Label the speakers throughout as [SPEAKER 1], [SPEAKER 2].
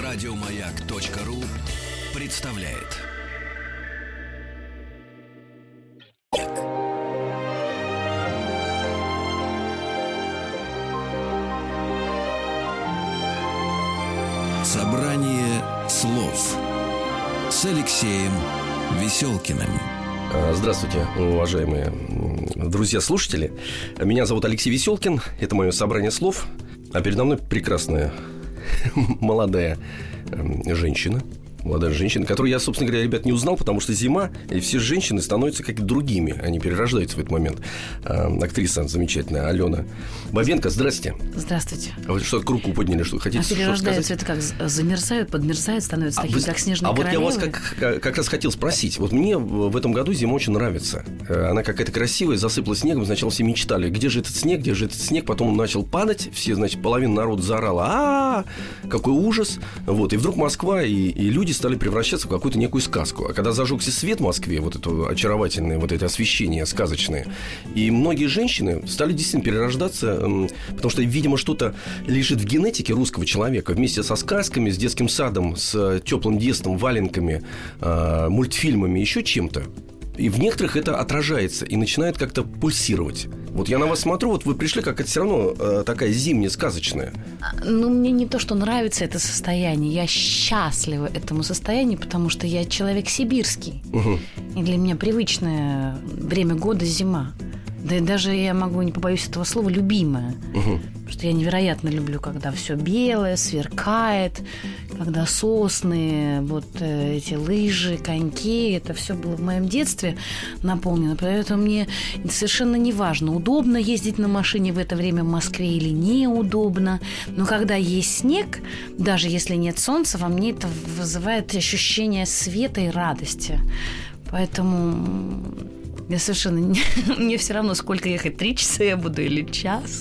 [SPEAKER 1] Радиомаяк.ру представляет. Собрание слов с Алексеем Веселкиным.
[SPEAKER 2] Здравствуйте, уважаемые друзья-слушатели. Меня зовут Алексей Веселкин. Это мое собрание слов. А передо мной прекрасная молодая женщина, которую я, собственно говоря, ребят, не узнал, потому что зима, и все женщины становятся как другими. Они перерождаются в этот момент. Актриса замечательная Алена Бабенко. Здрасте.
[SPEAKER 3] Здравствуйте.
[SPEAKER 2] А вы что, руку подняли? Что хотите что-то сказать?
[SPEAKER 3] Перерождаются, это как замерзают, подмерзают, становятся такими, как снежные королевы.
[SPEAKER 2] Вот я вас как раз хотел спросить. Вот мне в этом году зима очень нравится. Она какая-то красивая, засыпала снегом. Сначала все мечтали, где же этот снег, где же этот снег. Потом он начал падать. Все, значит, половина народа заорала: «А-а-а! Какой ужас!» Вот. И вдруг Москва и люди стали превращаться в какую-то некую сказку. А когда зажегся свет в Москве, вот это очаровательное, вот это освещение сказочное, и многие женщины стали действительно перерождаться, потому что, видимо, что-то лежит в генетике русского человека вместе со сказками, с детским садом, с теплым детством, валенками, мультфильмами, еще чем-то. И в некоторых это отражается и начинает как-то пульсировать. Вот я на вас смотрю, вот вы пришли, как это все равно такая зимняя, сказочная.
[SPEAKER 3] Ну, мне не то, что нравится это состояние. Я счастлива этому состоянию, потому что я человек сибирский. Угу. И для меня привычное время года зима. Да и даже, я могу, не побоюсь этого слова, любимая. Угу. Потому что я невероятно люблю, когда все белое, сверкает, когда сосны, вот эти лыжи, коньки, это все было в моем детстве наполнено. Поэтому мне совершенно не важно, удобно ездить на машине в это время в Москве или неудобно. Но когда есть снег, даже если нет солнца, во мне это вызывает ощущение света и радости. Поэтому... Я совершенно... Мне все равно, сколько ехать, 3 часа я буду или час.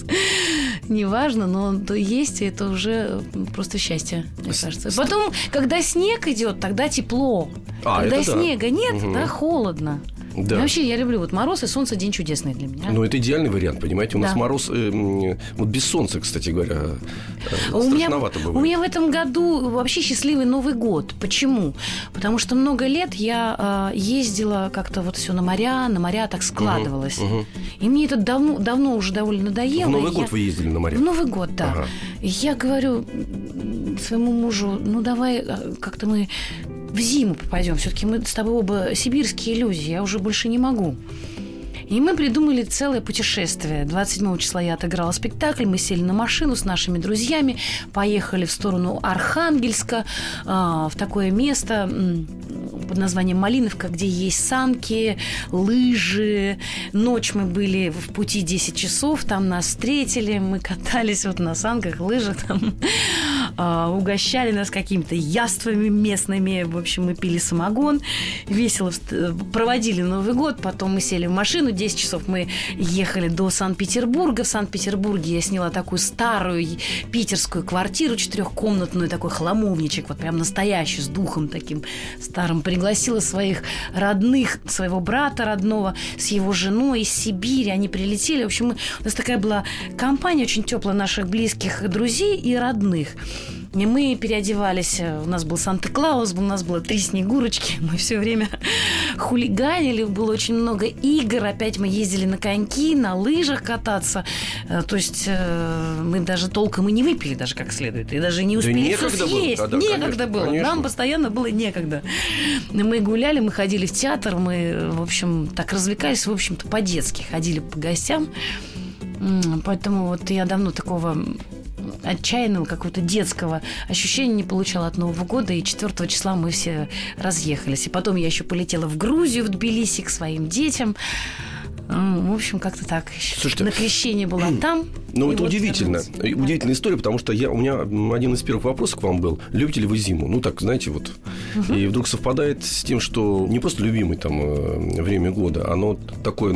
[SPEAKER 3] Неважно, но то есть, и это уже просто счастье, мне кажется. Потом, когда снег идет, тогда тепло. Когда снега нет, тогда холодно. Да. Вообще, я люблю вот мороз и солнце, день чудесный для меня.
[SPEAKER 2] Ну, это идеальный вариант, понимаете? У нас мороз, вот без солнца, кстати говоря, страшновато бывает.
[SPEAKER 3] У меня в этом году вообще счастливый Новый год. Почему? Потому что много лет я ездила как-то вот все на моря так складывалось. И мне это давно уже довольно надоело.
[SPEAKER 2] В Новый год вы ездили на моря?
[SPEAKER 3] В Новый год, да. Ага. И я говорю своему мужу: ну, давай как-то мы... в зиму попадем. Все-таки мы с тобой оба сибирские люди. Я уже больше не могу. И мы придумали целое путешествие. 27 числа я отыграла спектакль. Мы сели на машину с нашими друзьями, поехали в сторону Архангельска, в такое место под названием Малиновка, где есть санки, лыжи. Ночь мы были в пути 10 часов. Там нас встретили. Мы катались вот на санках, лыжах. Там угощали нас какими-то яствами местными. В общем, мы пили самогон. Весело проводили Новый год. Потом мы сели в машину. 10 часов мы ехали до Санкт-Петербурга. В Санкт-Петербурге я сняла такую старую питерскую квартиру, 4-комнатную, такой хламовничек, вот прям настоящий, с духом таким старым. Пригласила своих родных, своего брата родного с его женой из Сибири. Они прилетели. В общем, у нас такая была компания очень теплая наших близких друзей и родных. И мы переодевались. У нас был Санта-Клаус, у нас было 3 Снегурочки. Мы все время хулиганили. Было очень много игр. Опять мы ездили на коньки, на лыжах кататься. То есть мы даже толком и не выпили даже как следует. И даже не успели все съесть. Некогда было. Конечно. Нам постоянно было некогда. Мы гуляли, мы ходили в театр. Мы, в общем, так развлекались, в общем-то, по-детски. Ходили по гостям. Поэтому вот я давно такого... отчаянного, какого-то детского ощущения не получала от Нового года. И 4 числа мы все разъехались. И потом я еще полетела в Грузию, в Тбилиси, к своим детям. В общем, как-то так.
[SPEAKER 2] Слушайте,
[SPEAKER 3] на крещение была там.
[SPEAKER 2] Ну, это вот удивительно. Удивительная история, потому что у меня один из первых вопросов к вам был: любите ли вы зиму? Ну, так, знаете, вот. И вдруг совпадает с тем, что не просто любимое там время года, оно такое,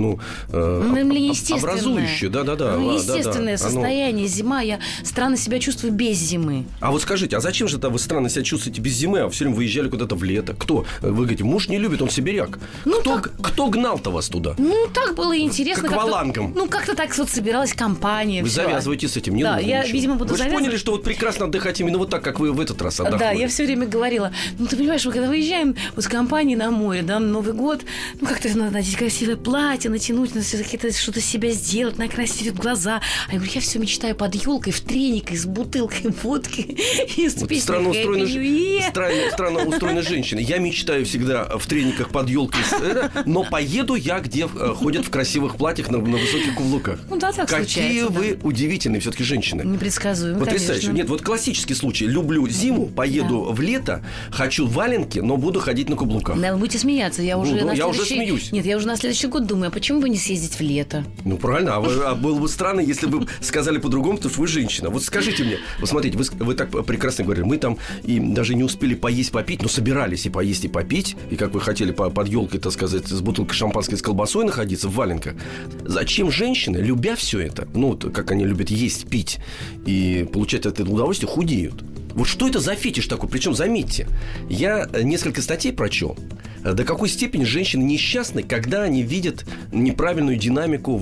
[SPEAKER 2] образующее. Да-да-да.
[SPEAKER 3] Естественное состояние. Зима. Я странно себя чувствую без зимы.
[SPEAKER 2] А вот скажите, а зачем же вы странно себя чувствуете без зимы, а все время выезжали куда-то в лето? Кто? Вы говорите, муж не любит, он сибиряк. Кто гнал-то вас туда?
[SPEAKER 3] Ну, так было интересно.
[SPEAKER 2] К аквалангам.
[SPEAKER 3] Как-то так вот собиралась компания.
[SPEAKER 2] Вы завязывайте с этим, не нужно
[SPEAKER 3] я,
[SPEAKER 2] ничего.
[SPEAKER 3] видимо, буду
[SPEAKER 2] Вы же
[SPEAKER 3] завязывать.
[SPEAKER 2] поняли, что вот прекрасно отдыхать именно вот так, как вы в этот раз отдохнули.
[SPEAKER 3] Да, я все время говорила, ты понимаешь, мы когда выезжаем вот с компанией на море, да, на Новый год, как-то надо надеть красивое платье, натянуть, надо какие-то что-то из себя сделать, накрасить глаза. А я говорю, я все мечтаю под елкой, в трениках, с бутылкой водки и с песней Happy New Year.
[SPEAKER 2] Странно устроены женщины. Я мечтаю всегда в трениках под елкой, но поеду я, где ходят в красивых платьях на высоких каблуках.
[SPEAKER 3] Да, так
[SPEAKER 2] Какие
[SPEAKER 3] случается,
[SPEAKER 2] вы удивительные все-таки женщины.
[SPEAKER 3] Непредсказуемые,
[SPEAKER 2] Потрясающе.
[SPEAKER 3] конечно.
[SPEAKER 2] Нет, вот классический случай. Люблю зиму, поеду в лето, хочу валенки, но буду ходить на каблуках.
[SPEAKER 3] Да, вы будете смеяться. Я уже
[SPEAKER 2] смеюсь.
[SPEAKER 3] Нет, я уже на следующий год думаю, а почему бы не съездить в лето?
[SPEAKER 2] Ну, правильно. А было бы странно, если бы сказали по-другому, потому что вы женщина. Вот скажите мне, вот смотрите, вы так прекрасно говорили, мы там и даже не успели поесть, попить, но собирались и поесть, и попить, и как вы хотели под елкой, так сказать, с бутылкой шампанской с колбасой находиться в валенках. Зачем женщины, любя все это, как они любят есть, пить и получать от этого удовольствие, худеют? Вот что это за фетиш такой? Причем, заметьте, я несколько статей прочел. До какой степени женщины несчастны, когда они видят неправильную динамику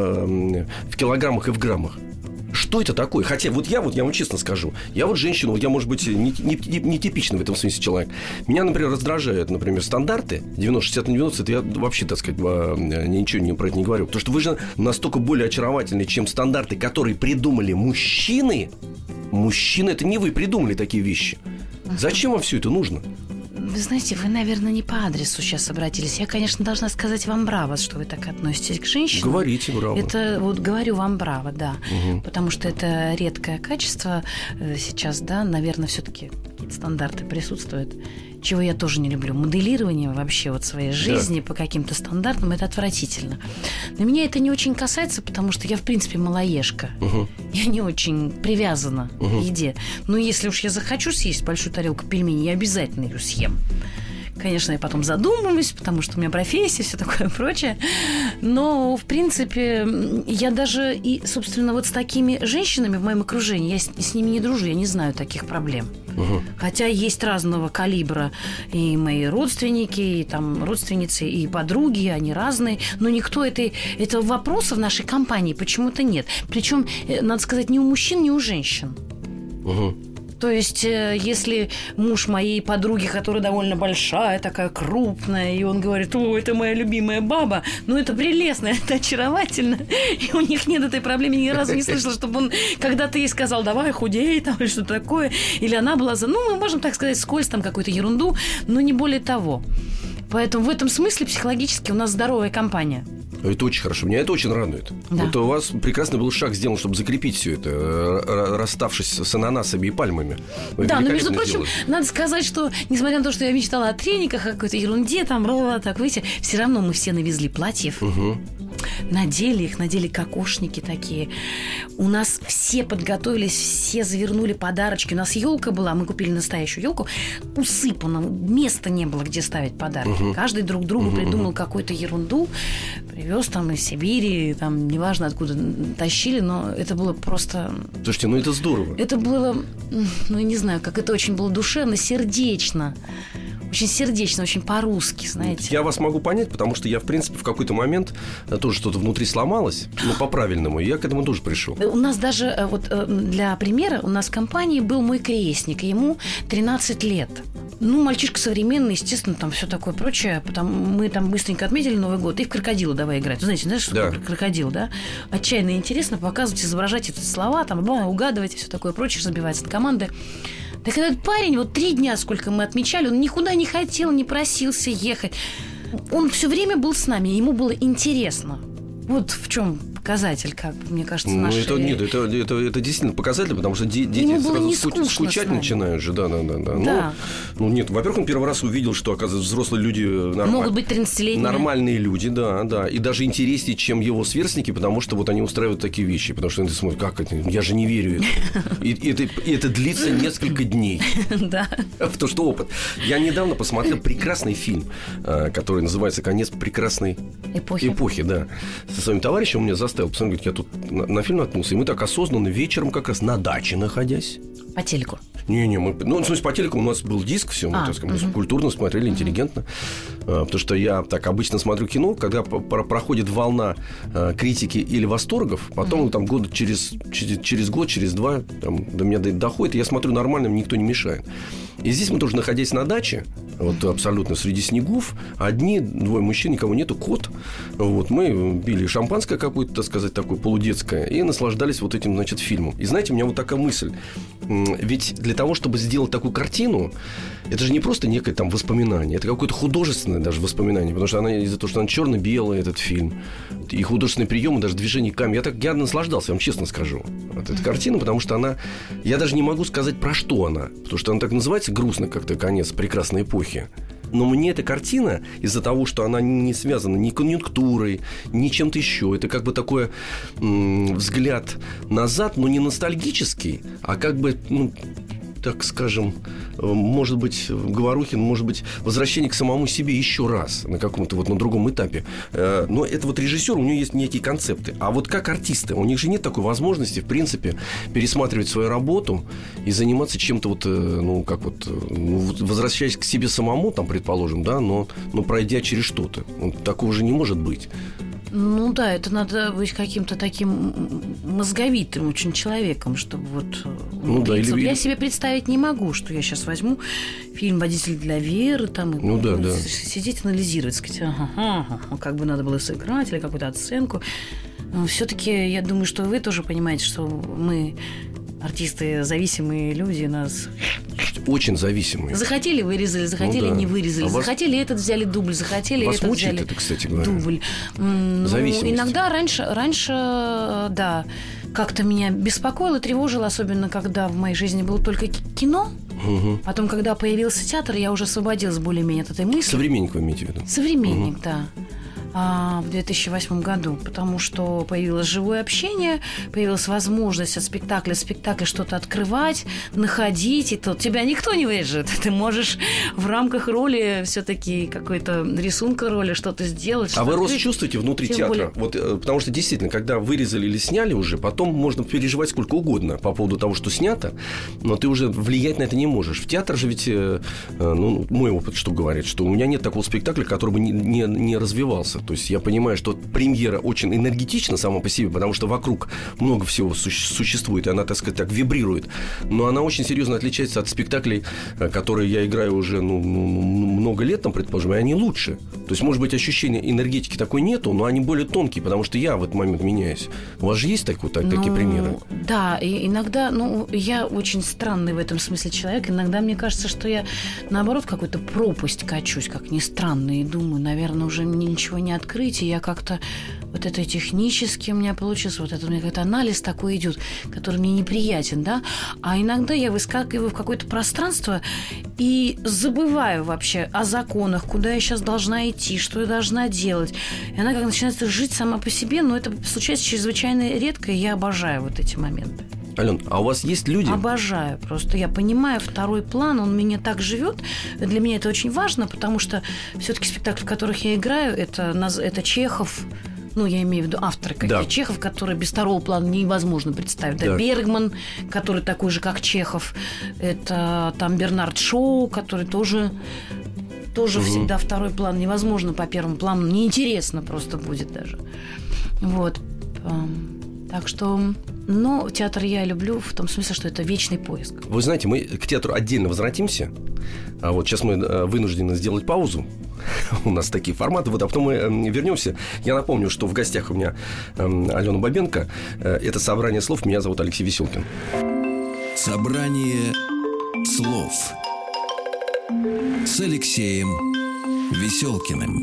[SPEAKER 2] в килограммах и в граммах. Что это такое? Хотя я вам честно скажу, я вот женщина, я, может быть, не типичный в этом смысле человек. Меня, например, раздражают, стандарты 90-60 на 90, это я вообще, так сказать, ничего про это не говорю. Потому что вы же настолько более очаровательны, чем стандарты, которые придумали мужчины. Мужчины, это не вы придумали такие вещи. Зачем вам все это нужно?
[SPEAKER 3] Вы знаете, вы, наверное, не по адресу сейчас обратились. Я, конечно, должна сказать вам браво, что вы так относитесь к женщинам.
[SPEAKER 2] Говорите браво.
[SPEAKER 3] Это говорю вам браво, да. Угу. Потому что это редкое качество сейчас, да, наверное, все-таки какие-то стандарты присутствуют. Чего я тоже не люблю. Моделирование вообще своей жизни по каким-то стандартам – это отвратительно. Но меня это не очень касается, потому что я, в принципе, малоежка. Угу. Я не очень привязана к еде. Но если уж я захочу съесть большую тарелку пельменей, я обязательно ее съем. Конечно, я потом задумываюсь, потому что у меня профессия, все такое прочее. Но, в принципе, я даже и, собственно, с такими женщинами в моем окружении, я с ними не дружу, я не знаю таких проблем. Угу. Хотя есть разного калибра и мои родственники, и там родственницы, и подруги, они разные. Но никто этого вопроса в нашей компании почему-то нет. Причем, надо сказать, ни у мужчин, ни у женщин. Угу. То есть, если муж моей подруги, которая довольно большая, такая крупная, и он говорит, это моя любимая баба, это прелестно, это очаровательно, и у них нет этой проблемы, ни разу не слышала, чтобы он когда-то ей сказал, давай худей, там, или что-то такое, или она была мы можем так сказать, скользь там какую-то ерунду, но не более того. Поэтому в этом смысле психологически у нас здоровая компания.
[SPEAKER 2] Это очень хорошо. Меня это очень радует. Да. Вот у вас прекрасный был шаг сделан, чтобы закрепить все это, расставшись с ананасами и пальмами.
[SPEAKER 3] Да, но, между прочим, надо сказать, что, несмотря на то, что я мечтала о трениках, о какой-то ерунде, так, видите, все равно мы все навезли платьев. Угу. Надели кокошники такие. У нас все подготовились, все завернули подарочки. У нас елка была, мы купили настоящую елку, усыпана, места не было, где ставить подарки. Угу. Каждый друг другу придумал какую-то ерунду, привез там из Сибири, там неважно откуда тащили, но это было просто...
[SPEAKER 2] Слушайте, это здорово.
[SPEAKER 3] Это было, я не знаю, как это очень было душевно, сердечно. Очень сердечно, очень по-русски, знаете.
[SPEAKER 2] Я вас могу понять, потому что я, в принципе, в какой-то момент тоже что-то внутри сломалось, по-правильному, и я к этому тоже пришел.
[SPEAKER 3] У нас даже, для примера, у нас в компании был мой крестник, ему 13 лет. Мальчишка современный, естественно, там все такое прочее. Мы там быстренько отметили Новый год и в крокодила давай играть. Знаешь, что такое крокодил, да? Отчаянно интересно показывать, изображать эти слова, угадывать и все такое прочее, забивать от команды. Так этот парень, 3 дня, сколько мы отмечали, он никуда не хотел, не просился ехать. Он все время был с нами, ему было интересно. Вот в чем показатель, как мне кажется, нашей...
[SPEAKER 2] Это действительно показатель, потому что дети сразу скучать начинают же, да. Нет, во-первых, он первый раз увидел, что, оказывается, взрослые люди
[SPEAKER 3] могут быть 30-летними.
[SPEAKER 2] Нормальные люди, да. И даже интереснее, чем его сверстники, потому что они устраивают такие вещи. Потому что они смотрят, как это? Я же не верю этому. И это длится несколько дней.
[SPEAKER 3] Да.
[SPEAKER 2] Потому что опыт. Я недавно посмотрел прекрасный фильм, который называется «Конец прекрасной эпохи», да. Со своим товарищем он меня заставил посмотреть, говорит, я тут на фильм наткнулся, и мы так осознанно вечером как раз на даче находясь.
[SPEAKER 3] По телеку.
[SPEAKER 2] Не-не, мы... Ну, в смысле, по телеку у нас был диск, все, мы, так сказать, мы культурно смотрели, интеллигентно. Потому что я так обычно смотрю кино, когда проходит волна критики или восторгов, потом там года через год, через два там, до меня доходит, и я смотрю нормально, мне никто не мешает. И здесь мы тоже, находясь на даче, вот абсолютно среди снегов, двое мужчин, никого нету, кот. Вот, мы пили шампанское какое-то, так сказать, такое полудетское, и наслаждались вот этим, значит, фильмом. И знаете, у меня вот такая мысль. Ведь для того, чтобы сделать такую картину, это же не просто некое там воспоминание, это какое-то художественное даже воспоминание, потому что из-за того, что она черно-белая, этот фильм, и художественные приемы, даже движение камеры. Я наслаждался, я вам честно скажу, от этой картины, потому что она... Я даже не могу сказать, про что она, потому что она так называется грустно как-то конец прекрасной эпохи. Но мне эта картина, из-за того, что она не связана ни конъюнктурой, ни чем-то еще, это как бы такой взгляд назад, но не ностальгический, а как бы, так скажем, может быть, Говорухин, может быть, возвращение к самому себе еще раз на каком-то вот на другом этапе. Но это вот режиссер, у него есть некие концепты. А вот как артисты, у них же нет такой возможности, в принципе, пересматривать свою работу и заниматься чем-то вот, возвращаясь к себе самому, там, предположим, да, но пройдя через что-то. Такого же не может быть.
[SPEAKER 3] Ну да, это надо быть каким-то таким мозговитым очень человеком, чтобы вот... Я себе представить не могу, что я сейчас возьму фильм «Водитель для Веры» там, и сидеть анализировать, сказать, как бы надо было сыграть или какую-то оценку. Но все-таки я думаю, что вы тоже понимаете, что мы... Артисты зависимые люди, нас...
[SPEAKER 2] Очень зависимые.
[SPEAKER 3] Захотели — вырезали, захотели — не вырезали. Захотели — этот взяли дубль, захотели — этот взяли
[SPEAKER 2] это, кстати говоря,
[SPEAKER 3] дубль. Иногда раньше, да, как-то меня беспокоило, тревожило, особенно когда в моей жизни было только кино. Потом, когда появился театр, я уже освободилась более-менее от этой мысли.
[SPEAKER 2] «Современник» вы имеете в виду?
[SPEAKER 3] «Современник», да. В 2008 году, потому что появилось живое общение, появилась возможность от спектакля что-то открывать, находить, и тут тебя никто не вырежет. Ты можешь в рамках роли все-таки какой-то рисунка роли что-то сделать.
[SPEAKER 2] А вы рост чувствуете внутри театра? Вот, потому что действительно, когда вырезали или сняли уже, потом можно переживать сколько угодно по поводу того, что снято, но ты уже влиять на это не можешь. В театр же ведь, мой опыт что говорит, что у меня нет такого спектакля, который бы не развивался. То есть я понимаю, что премьера очень энергетична сама по себе, потому что вокруг много всего существует, и она, так сказать, так вибрирует. Но она очень серьезно отличается от спектаклей, которые я играю уже много лет, там, предположим, и они лучше. То есть, может быть, ощущения энергетики такой нету, но они более тонкие, потому что я в этот момент меняюсь. У вас же есть такие примеры?
[SPEAKER 3] Да, и иногда, я очень странный в этом смысле человек. Иногда мне кажется, что я, наоборот, в какую-то пропасть качусь, как ни странно, и думаю, наверное, уже мне ничего не открыть, и я как-то вот это технически у меня получилось, вот это у меня какой-то анализ такой идет, который мне неприятен, да, а иногда я выскакиваю в какое-то пространство и забываю вообще о законах, куда я сейчас должна идти, что я должна делать, и она как начинает жить сама по себе, но это случается чрезвычайно редко, и я обожаю вот эти моменты.
[SPEAKER 2] Ален, а у вас есть люди?
[SPEAKER 3] Обожаю. Просто я понимаю второй план, он меня так живет. Для меня это очень важно, потому что все-таки спектакли, в которых я играю, это Чехов. Я имею в виду авторы какие-то. Да. Чехов, который без второго плана невозможно представить. Да. Бергман, который такой же, как Чехов. Это там Бернард Шоу, который тоже всегда второй план. Невозможно по первому плану. Неинтересно просто будет даже. Вот. Так что... Но театр я люблю в том смысле, что это вечный поиск.
[SPEAKER 2] Вы знаете, мы к театру отдельно возвратимся. А вот сейчас мы вынуждены сделать паузу. У нас такие форматы. А потом мы вернемся. Я напомню, что в гостях у меня Алена Бабенко. Это «Собрание слов». Меня зовут Алексей Веселкин.
[SPEAKER 1] «Собрание слов» с Алексеем Веселкиным.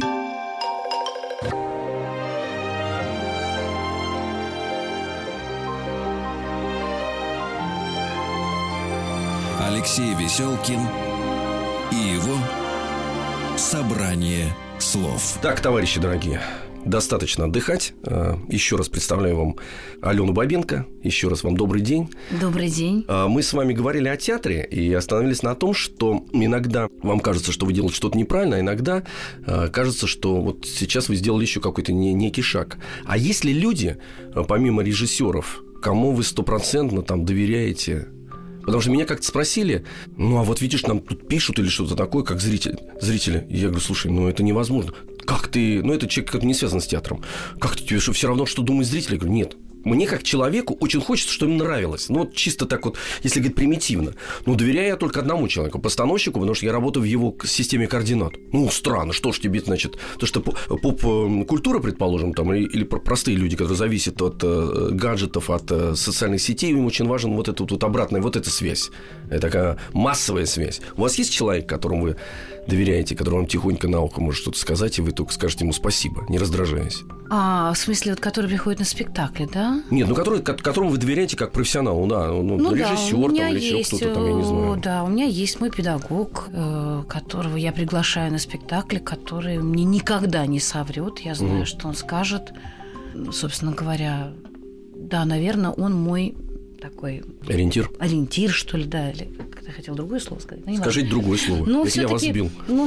[SPEAKER 1] Алексей Веселкин и его «Собрание слов».
[SPEAKER 2] Так, товарищи дорогие, достаточно отдыхать. Еще раз представляю вам Алену Бабенко. Еще раз вам добрый день.
[SPEAKER 3] Добрый день.
[SPEAKER 2] Мы с вами говорили о театре и остановились на том, что иногда вам кажется, что вы делаете что-то неправильно, а иногда кажется, что вот сейчас вы сделали еще какой-то некий шаг. А есть ли люди, помимо режиссеров, кому вы 100% там доверяете Потому что меня как-то спросили, ну, а вот видишь, нам тут пишут или что-то такое, как зрители. И я говорю, слушай, ну, это невозможно. Как ты... Ну, это человек как-то не связан с театром. Как ты, тебе что, все равно, что думают зрители? Я говорю, нет. Мне, как человеку, очень хочется, чтобы им нравилось. Ну, вот чисто так вот, если говорить примитивно. Ну, доверяю я только одному человеку, постановщику, потому что я работаю в его системе координат. Ну, странно, что ж тебе, значит... То, что поп-культура, предположим, там, или простые люди, которые зависят от гаджетов, от социальных сетей, им очень важен вот эта вот обратная, вот эта связь. Это такая массовая связь. У вас есть человек, которому вы доверяете, который вам тихонько на ухо может что-то сказать, и вы только скажете ему спасибо, не раздражаясь?
[SPEAKER 3] В смысле, вот который приходит на спектакли, да?
[SPEAKER 2] Нет, ну которому вы доверяете как профессионалу, да, режиссер там, или еще кто-то там, я не знаю.
[SPEAKER 3] Да, у меня есть мой педагог, которого я приглашаю на спектакли, который мне никогда не соврет. Я знаю, что он скажет. Собственно говоря, да, наверное, он мой такой... Ориентир, что ли, да, или как-то хотел другое слово сказать.
[SPEAKER 2] Скажите другое слово, если я вас сбил.
[SPEAKER 3] Ну,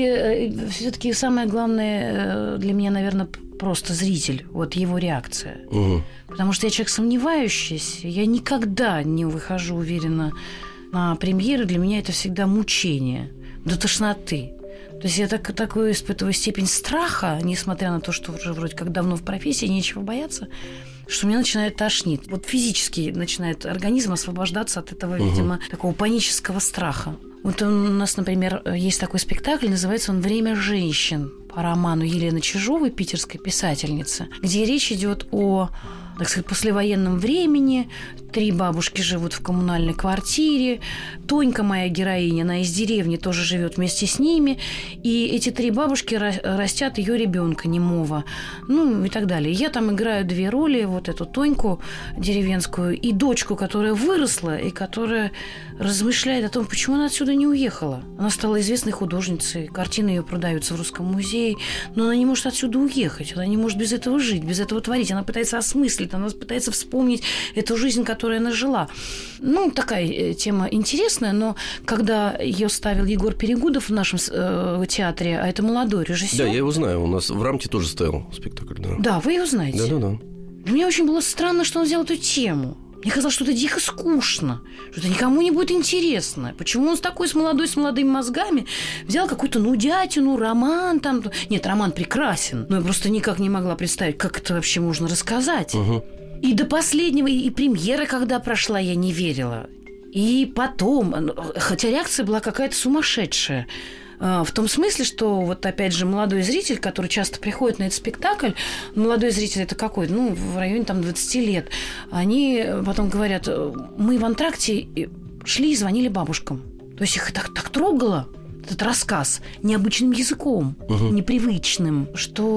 [SPEAKER 3] все-таки самое главное для меня, наверное, просто зритель, вот его реакция. Потому что я человек сомневающийся, я никогда не выхожу уверенно на премьеры, для меня это всегда мучение, до тошноты. То есть я такую испытываю степень страха, несмотря на то, что уже вроде как давно в профессии, нечего бояться, что меня начинает тошнить. Вот физически начинает организм освобождаться от этого, видимо, такого панического страха. Вот у нас, например, есть такой спектакль, называется он «Время женщин» по роману Елены Чижовой, питерской писательницы, где речь идет о, так сказать, послевоенном времени. 3 бабушки живут в коммунальной квартире. Тонька, моя героиня, она из деревни, тоже живет вместе с ними. И эти 3 бабушки растят ее ребенка немого. Ну, и так далее. Я там играю 2 роли. Вот эту Тоньку деревенскую и дочку, которая выросла и которая размышляет о том, почему она отсюда не уехала. Она стала известной художницей. Картины ее продаются в Русском музее. Но она не может отсюда уехать. Она не может без этого жить, без этого творить. Она пытается осмыслить, она пытается вспомнить эту жизнь, которую она жила. Ну, такая тема интересная, но когда ее ставил Егор Перегудов в нашем театре, а это молодой режиссер.
[SPEAKER 2] Да, я его знаю, у нас в Рамте тоже стоял спектакль. Да,
[SPEAKER 3] вы его знаете?
[SPEAKER 2] Да.
[SPEAKER 3] Мне очень было странно, что он взял эту тему. Мне казалось, что это дико скучно, что это никому не будет интересно. Почему он такой с молодыми мозгами взял какую-то нудятину, роман там. Нет, роман прекрасен, но я просто никак не могла представить, как это вообще можно рассказать. И до последнего, и премьера, когда прошла, я не верила. И потом, хотя реакция была какая-то сумасшедшая. В том смысле, что вот опять же молодой зритель, который часто приходит на этот спектакль, молодой зритель это какой? Ну, в районе там 20 лет. Они потом говорят, мы в антракте шли и звонили бабушкам. То есть их так трогало этот рассказ необычным языком, непривычным,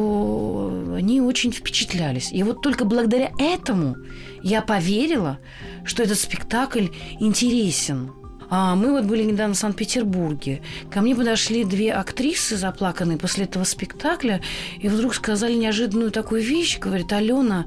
[SPEAKER 3] что они очень впечатлялись. И вот только благодаря этому я поверила, что этот спектакль интересен. Мы вот были недавно в Санкт-Петербурге. Ко мне подошли 2 актрисы заплаканные после этого спектакля и вдруг сказали неожиданную такую вещь. Говорит, Алена,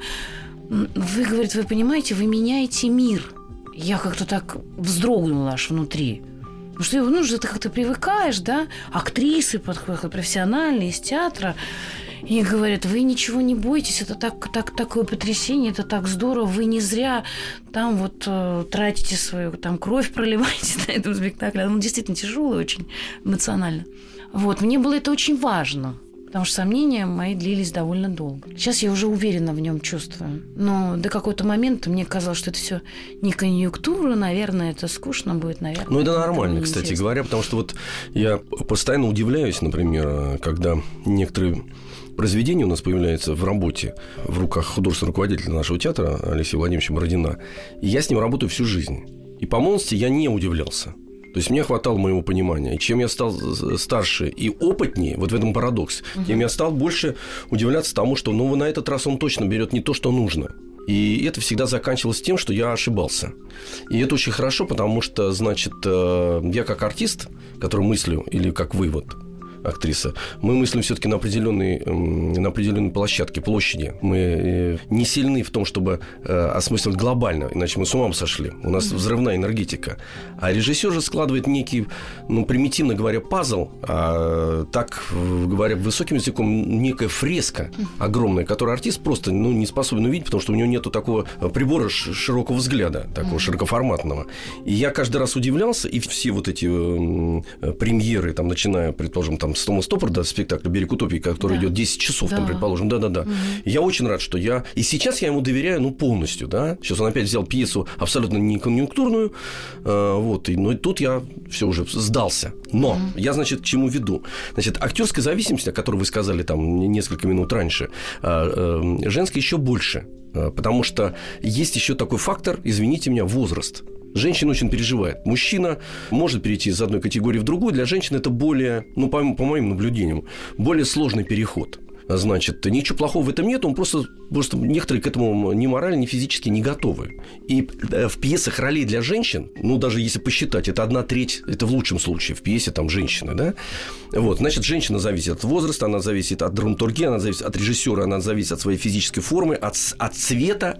[SPEAKER 3] вы понимаете, вы меняете мир. Я как-то так вздрогнула аж внутри. Потому что ты как-то привыкаешь, да? Актрисы профессиональные из театра. И говорят, вы ничего не бойтесь, это такое потрясение, это так здорово, вы не зря там вот тратите свою там кровь, проливаете на этом спектакле. Он действительно тяжелый, очень эмоционально. Вот, мне было это очень важно, потому что сомнения мои длились довольно долго. Сейчас я уже уверенно в нем чувствую. Но до какого-то момента мне казалось, что это все не конъюнктура, наверное, это скучно будет, наверное.
[SPEAKER 2] Ну, это нормально, кстати говоря, потому что вот я постоянно удивляюсь, например, когда некоторые произведение у нас появляется в работе в руках художественного руководителя нашего театра Алексея Владимировича Бородина. И я с ним работаю всю жизнь. И по молодости я не удивлялся. То есть мне хватало моего понимания. И чем я стал старше и опытнее, вот в этом парадокс, тем я стал больше удивляться тому, что на этот раз он точно берет не то, что нужно. И это всегда заканчивалось тем, что я ошибался. И это очень хорошо, потому что, значит, я как артист, который мыслю, или как вы вот, актриса. Мы мыслим все-таки на определенной площади. Мы не сильны в том, чтобы осмысливать глобально, иначе мы с ума сошли. У нас взрывная энергетика. А режиссер же складывает некий, примитивно говоря, пазл, а так говоря высоким языком, некая фреска огромная, которую артист просто не способен увидеть, потому что у него нету такого прибора широкого взгляда, такого широкоформатного. И я каждый раз удивлялся, и все вот эти премьеры, там, начиная, предположим, там, с Тома Стоппарда, спектакля «Берег утопии», который идет 10 часов, там, предположим, да-да-да. Я очень рад, что и сейчас я ему доверяю, полностью, да. Сейчас он опять взял пьесу абсолютно не конъюнктурную, но тут я все уже сдался. Но я, значит, к чему веду? Значит, актерская зависимость, о которой вы сказали там несколько минут раньше, женская еще больше. Потому что есть еще такой фактор, извините меня, возраст. Женщина очень переживает. Мужчина может перейти из одной категории в другую. Для женщины это более, по моим наблюдениям, более сложный переход. Значит, ничего плохого в этом нет, он просто некоторые к этому ни морально, ни физически не готовы. И в пьесах ролей для женщин, даже если посчитать, это 1/3, это в лучшем случае в пьесе там женщины, да? Значит, женщина зависит от возраста, она зависит от драматургии, она зависит от режиссера, она зависит от своей физической формы, от цвета,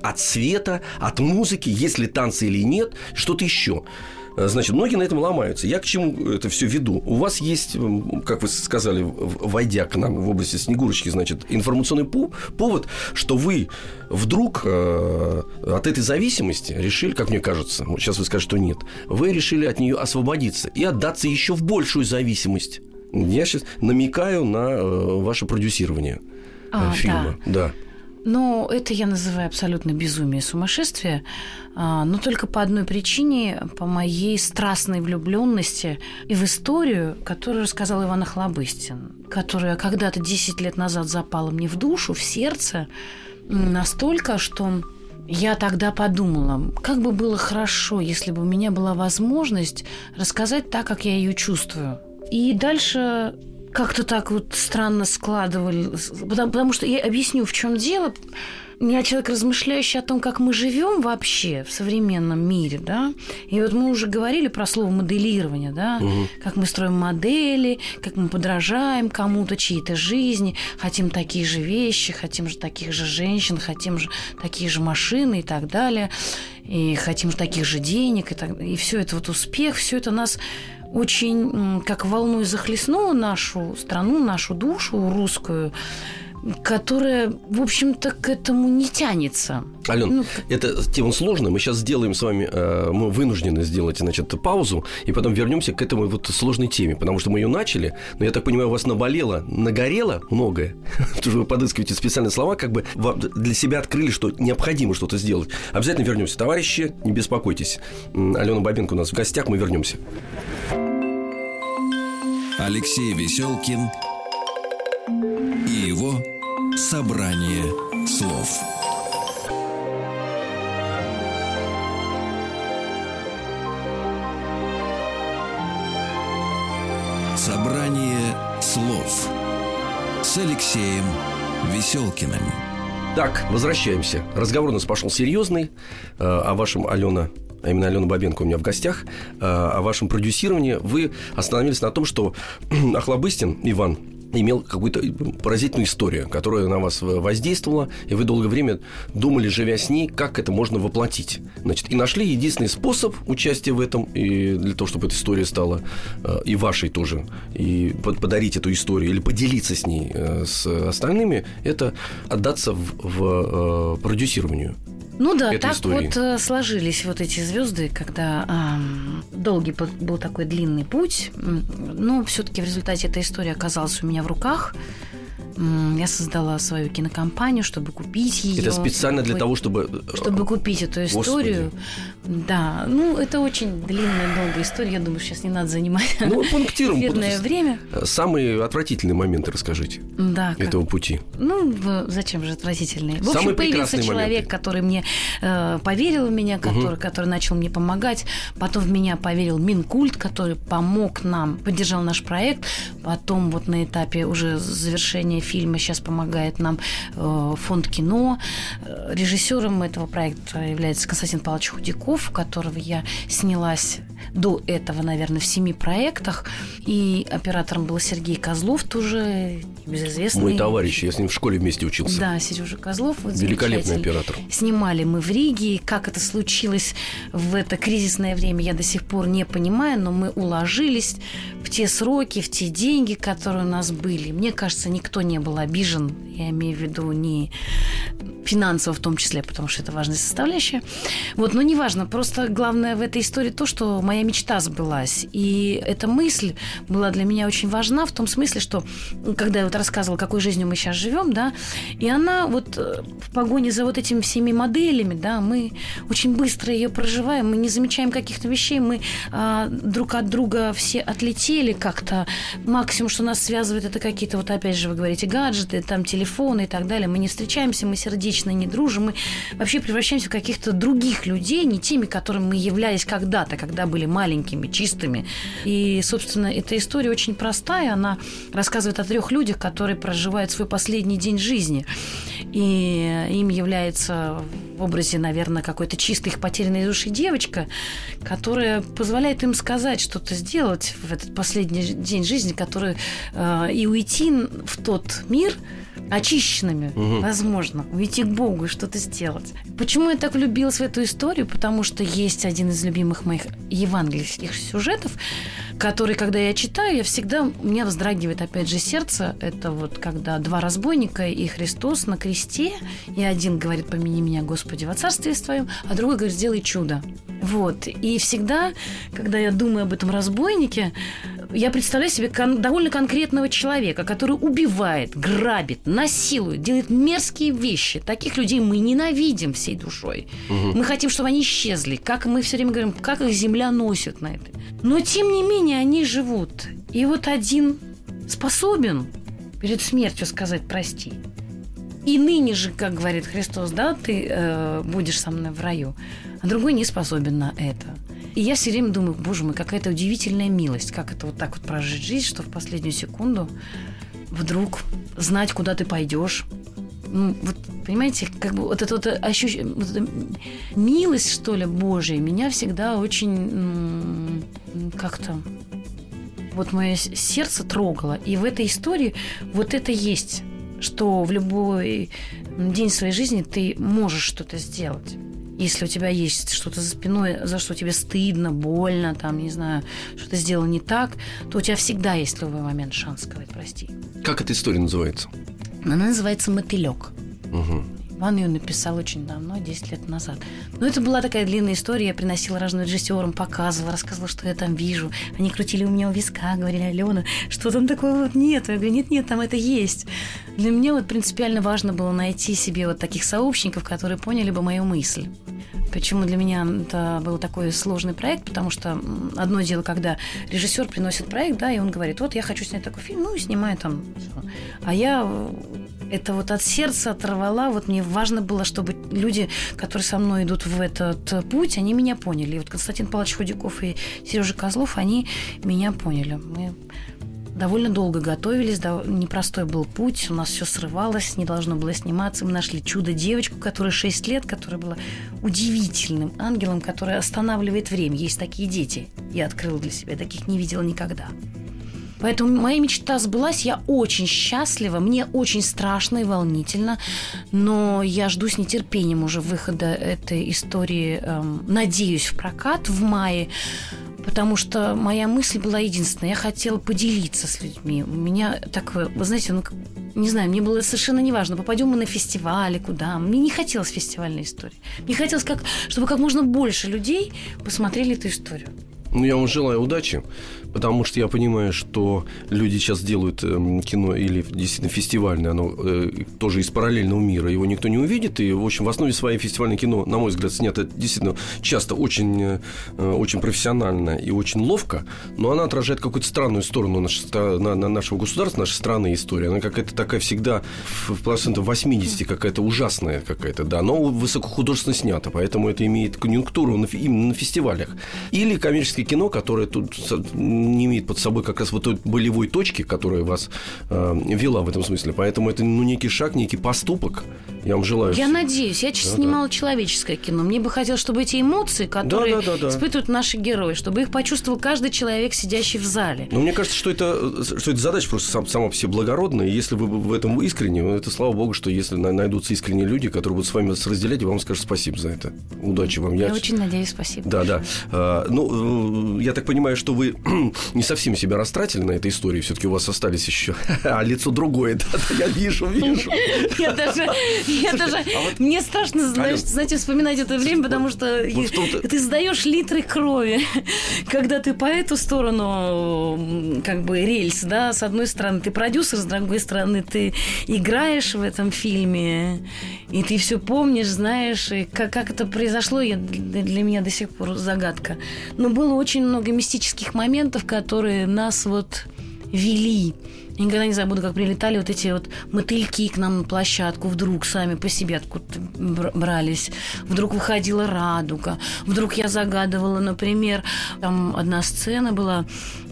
[SPEAKER 2] от музыки, есть ли танцы или нет, что-то еще. Значит, многие на этом ломаются. Я к чему это все веду? У вас есть, как вы сказали, войдя к нам в области Снегурочки, значит, информационный повод, что вы вдруг от этой зависимости решили, как мне кажется, сейчас вы скажете, что нет, вы решили от нее освободиться и отдаться еще в большую зависимость. Я сейчас намекаю на ваше продюсирование фильма. Да.
[SPEAKER 3] Но это я называю абсолютно безумие, сумасшествие, но только по одной причине, по моей страстной влюбленности и в историю, которую рассказал Иван Охлобыстин, которая когда-то 10 лет назад запала мне в душу, в сердце, настолько, что я тогда подумала, как бы было хорошо, если бы у меня была возможность рассказать так, как я ее чувствую. И дальше как-то так вот странно складывались, потому что я объясню, в чем дело. Я человек, размышляющий о том, как мы живем вообще в современном мире, да. И вот мы уже говорили про слово моделирование, да, как мы строим модели, как мы подражаем кому-то, чьей-то жизни, хотим такие же вещи, хотим же таких же женщин, хотим же такие же машины и так далее, и хотим же таких же денег, и все это вот успех, все это нас очень как волной захлестнуло нашу страну, нашу душу русскую, которая, в общем-то, к этому не тянется.
[SPEAKER 2] Алён, эта тема сложная. Мы сейчас сделаем с вами, мы вынуждены сделать, значит, паузу, и потом вернемся к этому вот сложной теме, потому что мы ее начали, но я так понимаю, у вас нагорело многое, потому что вы подыскиваете специальные слова, как бы для себя открыли, что необходимо что-то сделать. Обязательно вернемся. Товарищи, не беспокойтесь. Алена Бабенко у нас в гостях, мы вернемся.
[SPEAKER 1] Алексей Веселкин и его собрание слов. Собрание слов с Алексеем Веселкиным.
[SPEAKER 2] Так, возвращаемся. Разговор у нас пошел серьезный. О вашем, Алена, а именно Алена Бабенко у меня в гостях, о вашем продюсировании. Вы остановились на том, что Охлобыстин Иван имел какую-то поразительную историю, которая на вас воздействовала, и вы долгое время думали, живя с ней, как это можно воплотить. Значит, и нашли единственный способ участия в этом, и для того, чтобы эта история стала и вашей тоже, и подарить эту историю, или поделиться с ней с остальными, это отдаться в продюсированию.
[SPEAKER 3] Ну да, так истории. Вот сложились вот эти звезды, когда долгий был такой длинный путь, но все-таки в результате эта история оказалась у меня в руках. Я создала свою кинокомпанию, чтобы купить ее.
[SPEAKER 2] Это специально для того, чтобы
[SPEAKER 3] купить эту историю. Господи. Да, это очень длинная, долгая история. Я думаю, сейчас не надо занимать эфирное время.
[SPEAKER 2] Самые отвратительные моменты расскажите этого пути.
[SPEAKER 3] Зачем же отвратительные? В общем, появился человек, который мне поверил в меня, который начал мне помогать. Потом в меня поверил Минкульт, который помог нам, поддержал наш проект. Потом вот на этапе уже завершения фильма сейчас помогает нам фонд кино. Режиссером этого проекта является Константин Павлович Худяков, у которого я снялась до этого, наверное, в 7 проектах. И оператором был Сергей Козлов, тоже небезызвестный.
[SPEAKER 2] Мой товарищ, я с ним в школе вместе учился.
[SPEAKER 3] Да, Сережа Козлов. Вот
[SPEAKER 2] великолепный оператор.
[SPEAKER 3] Снимали мы в Риге. Как это случилось в это кризисное время, я до сих пор не понимаю, но мы уложились в те сроки, в те деньги, которые у нас были. Мне кажется, никто не был обижен, я имею в виду не финансово в том числе, потому что это важная составляющая. Вот, но неважно, просто главное в этой истории то, что моя мечта сбылась. И эта мысль была для меня очень важна в том смысле, что когда я вот рассказывала, какой жизнью мы сейчас живем, да, и она вот в погоне за вот этими всеми моделями, да, мы очень быстро ее проживаем, мы не замечаем каких-то вещей, мы друг от друга все отлетели как-то. Максимум, что нас связывает, это какие-то, вот опять же, вы говорите, гаджеты, там, телефоны и так далее. Мы не встречаемся, мы сердечно не дружим, мы вообще превращаемся в каких-то других людей, не теми, которыми мы являлись когда-то, когда были маленькими, чистыми. И, собственно, эта история очень простая. Она рассказывает о 3 людях, которые проживают свой последний день жизни. И им является в образе, наверное, какой-то чистой их потерянной души девочка, которая позволяет им сказать, что-то сделать в этот последний день жизни, который и уйти в тот мир очищенными, возможно, уйти к Богу и что-то сделать. Почему я так влюбилась в эту историю? Потому что есть один из любимых моих евангельских сюжетов, который, когда я читаю, у меня вздрагивает опять же сердце. Это вот когда 2 разбойника и Христос на кресте, и один говорит: «Помяни меня, Господи, во царстве Твоем», а другой говорит: «Сделай чудо». Вот. И всегда, когда я думаю об этом разбойнике, я представляю себе довольно конкретного человека, который убивает, грабит, насилует, делает мерзкие вещи. Таких людей мы ненавидим всей душой. Мы хотим, чтобы они исчезли. Как мы все время говорим, как их земля носит на это. Но, тем не менее, они живут. И вот один способен перед смертью сказать «прости». И ныне же, как говорит Христос, да, ты будешь со мной в раю. А другой не способен на это. И я все время думаю: боже мой, какая-то удивительная милость. Как это вот так вот прожить жизнь, что в последнюю секунду вдруг знать, куда ты пойдешь. Ну, вот, понимаете, как бы вот это вот ощущение, вот эта милость, что ли, Божия, меня всегда очень как-то вот мое сердце трогало. И в этой истории вот это есть, что в любой день своей жизни ты можешь что-то сделать. Если у тебя есть что-то за спиной, за что тебе стыдно, больно, там, не знаю, что ты сделал не так, то у тебя всегда есть в любой момент шанс сказать «прости».
[SPEAKER 2] Как эта история называется?
[SPEAKER 3] Она называется «Мотылёк». Иван ее написал очень давно, 10 лет назад. Но это была такая длинная история. Я приносила разным режиссерам, показывала, рассказывала, что я там вижу. Они крутили у меня у виска, говорили: «Алена, что там такого вот нет?» Я говорю: нет, там это есть. Для меня вот принципиально важно было найти себе вот таких сообщников, которые поняли бы мою мысль. Почему для меня это был такой сложный проект? Потому что одно дело, когда режиссер приносит проект, да, и он говорит: вот я хочу снять такой фильм, ну и снимаю там. А я это вот от сердца оторвала. Вот мне важно было, чтобы люди, которые со мной идут в этот путь, они меня поняли. И вот Константин Павлович Худяков и Сережа Козлов, они меня поняли. Мы довольно долго готовились, непростой был путь, у нас все срывалось, не должно было сниматься. Мы нашли чудо-девочку, которая 6 лет, которая была удивительным ангелом, который останавливает время. Есть такие дети. Я открыла для себя, таких не видела никогда. Поэтому моя мечта сбылась, я очень счастлива, мне очень страшно и волнительно, но я жду с нетерпением уже выхода этой истории, надеюсь, в прокат в мае, потому что моя мысль была единственная, я хотела поделиться с людьми. У меня такое, вы знаете, не знаю, мне было совершенно неважно, попадем мы на фестиваль, куда. Мне не хотелось фестивальной истории. Мне хотелось, чтобы как можно больше людей посмотрели эту историю.
[SPEAKER 2] Ну, я вам желаю удачи, потому что я понимаю, что люди сейчас делают кино или действительно фестивальное, оно тоже из параллельного мира, его никто не увидит, и, в общем, в основе своей фестивальное кино, на мой взгляд, снято действительно часто очень, очень профессионально и очень ловко, но она отражает какую-то странную сторону нашего государства, нашей страны, истории. Она какая-то такая всегда в процентов 80 какая-то ужасная какая-то, да, но высокохудожественно снята, поэтому это имеет конъюнктуру именно на фестивалях. Или коммерческое кино, которое тут не имеет под собой как раз вот той болевой точки, которая вас вела в этом смысле. Поэтому это некий шаг, некий поступок. Я вам желаю.
[SPEAKER 3] Я надеюсь. Я снимала человеческое кино. Мне бы хотелось, чтобы эти эмоции, которые испытывают наши герои, чтобы их почувствовал каждый человек, сидящий в зале.
[SPEAKER 2] Но мне кажется, что это задача просто сама по себе благородная. И если вы в этом искренне, это слава богу, что если найдутся искренние люди, которые будут с вами разделять, и вам скажут спасибо за это. Удачи вам.
[SPEAKER 3] Я очень надеюсь, спасибо.
[SPEAKER 2] Да. Я так понимаю, что вы не совсем себя растратили на этой истории. Все-таки у вас остались еще лицо другое. Да, я вижу.
[SPEAKER 3] Я даже мне страшно, знаете, вспоминать это время, потому что ты сдаешь литры крови, когда ты по эту сторону как бы рельс, да, с одной стороны ты продюсер, с другой стороны ты играешь в этом фильме, и ты все помнишь, знаешь, и как это произошло, для меня до сих пор загадка. Но было очень много мистических моментов, которые нас вот вели. Я никогда не забуду, как прилетали вот эти вот мотыльки к нам на площадку, вдруг сами по себе откуда-то брались, вдруг выходила радуга, вдруг я загадывала, например, там одна сцена была,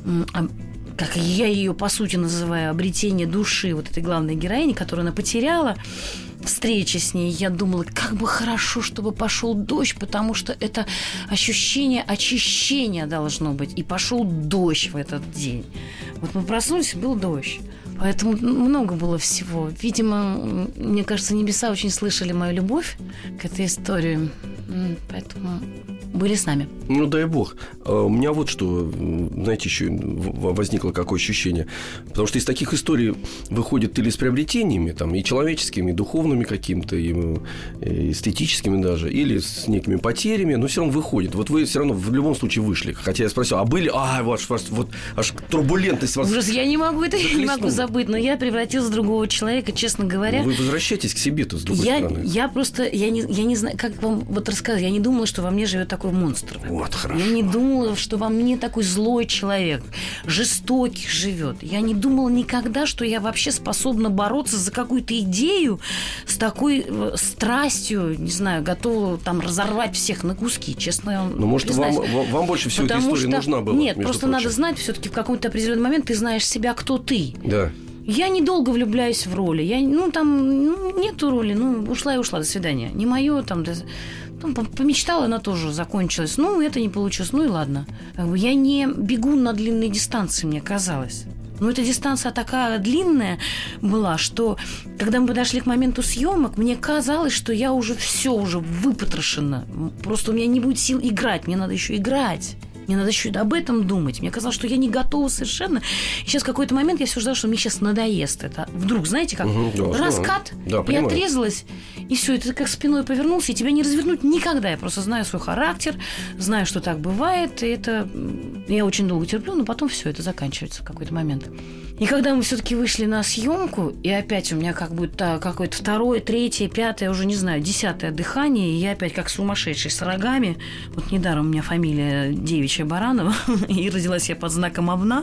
[SPEAKER 3] как я ее по сути называю, обретение души вот этой главной героини, которую она потеряла. Встреча с ней, я думала, как бы хорошо, чтобы пошел дождь, потому что это ощущение очищения должно быть. И пошел дождь в этот день. Вот мы проснулись, и был дождь. Поэтому много было всего. Видимо, мне кажется, небеса очень слышали мою любовь к этой истории. Поэтому были с нами.
[SPEAKER 2] Ну, дай бог. У меня вот что, знаете, еще возникло какое ощущение. Потому что из таких историй выходит или с приобретениями, там, и человеческими, и духовными какими-то, и эстетическими даже, или с некими потерями, но все равно выходит. Вот вы все равно в любом случае вышли. Хотя я спросил, а были... вот аж турбулентность вас...
[SPEAKER 3] Ужас, я не могу забыть, но я превратилась в другого человека, честно говоря.
[SPEAKER 2] Вы возвращаетесь к себе-то с другой стороны.
[SPEAKER 3] Я не знаю, как вам вот рассказать. Я не думала, что во мне живет такой монстр.
[SPEAKER 2] Вот, хорошо.
[SPEAKER 3] Я не думала, что во мне такой злой человек, жестокий живет. Я не думала никогда, что я вообще способна бороться за какую-то идею с такой страстью, не знаю, готова там разорвать всех на куски, честно.
[SPEAKER 2] Ну, может, вам больше всего эта история нужна была?
[SPEAKER 3] Нет, просто надо знать, все-таки в какой-то определенный момент ты знаешь себя, кто ты.
[SPEAKER 2] Да.
[SPEAKER 3] Я недолго влюбляюсь в роли. Нету роли, ушла и ушла, до свидания. Не мое, помечтала, она тоже закончилась. Это не получилось, и ладно. Я не бегу на длинные дистанции, мне казалось. Но эта дистанция такая длинная была, что когда мы подошли к моменту съемок, мне казалось, что я уже выпотрошена. Просто у меня не будет сил играть, мне надо еще играть. Мне надо еще об этом думать. Мне казалось, что я не готова совершенно. И сейчас в какой-то момент я все ждала, что мне сейчас надоест это. Вдруг, знаете, как раскат, я отрезалась, и все, это как спиной повернулся, и тебя не развернуть никогда. Я просто знаю свой характер, знаю, что так бывает, и это я очень долго терплю, но потом все это заканчивается в какой-то момент. И когда мы все-таки вышли на съемку, и опять у меня как будто какое-то второе, третье, пятое, уже не знаю, 10-е дыхание, и я опять как сумасшедший с рогами. Вот недаром у меня фамилия девичья Баранова, и родилась я под знаком овна.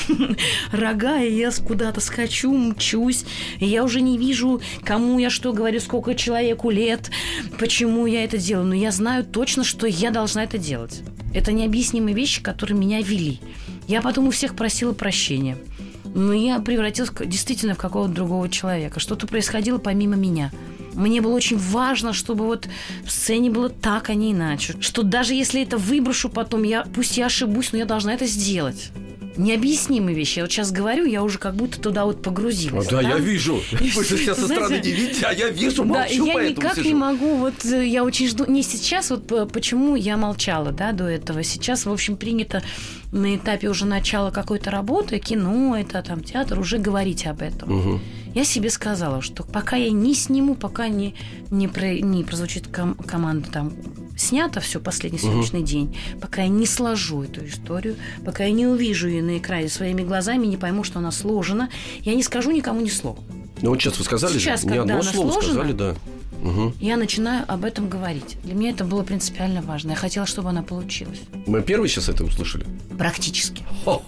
[SPEAKER 3] Рога, и я куда-то скачу, мчусь, и я уже не вижу, кому я что говорю, сколько человеку лет, почему я это делаю. Но я знаю точно, что я должна это делать. Это необъяснимые вещи, которые меня вели. Я потом у всех просила прощения. Но я превратилась действительно в какого-то другого человека. Что-то происходило помимо меня. Мне было очень важно, чтобы вот в сцене было так, а не иначе. Что даже если это выброшу потом, пусть я ошибусь, но я должна это сделать. Необъяснимые вещи. Я вот сейчас говорю, я уже как будто туда вот погрузилась.
[SPEAKER 2] Да, я вижу. Вы же сейчас со стороны не видите, а я вижу, молчу,
[SPEAKER 3] я никак не могу. Я очень жду. Не сейчас, почему я молчала, до этого. Сейчас, в общем, принято на этапе уже начала какой-то работы, кино, это театр, уже говорить об этом. Угу. Я себе сказала, что пока я не сниму, пока не прозвучит команда снято все, последний съемочный день, пока я не сложу эту историю, пока я не увижу ее на экране своими глазами, не пойму, что она сложена, я не скажу никому ни слова.
[SPEAKER 2] Ну вот сейчас вы сказали,
[SPEAKER 3] сейчас,
[SPEAKER 2] ни одно слово сказали, да. Угу.
[SPEAKER 3] Я начинаю об этом говорить. Для меня это было принципиально важно. Я хотела, чтобы она получилась.
[SPEAKER 2] Мы первые сейчас это услышали?
[SPEAKER 3] Практически.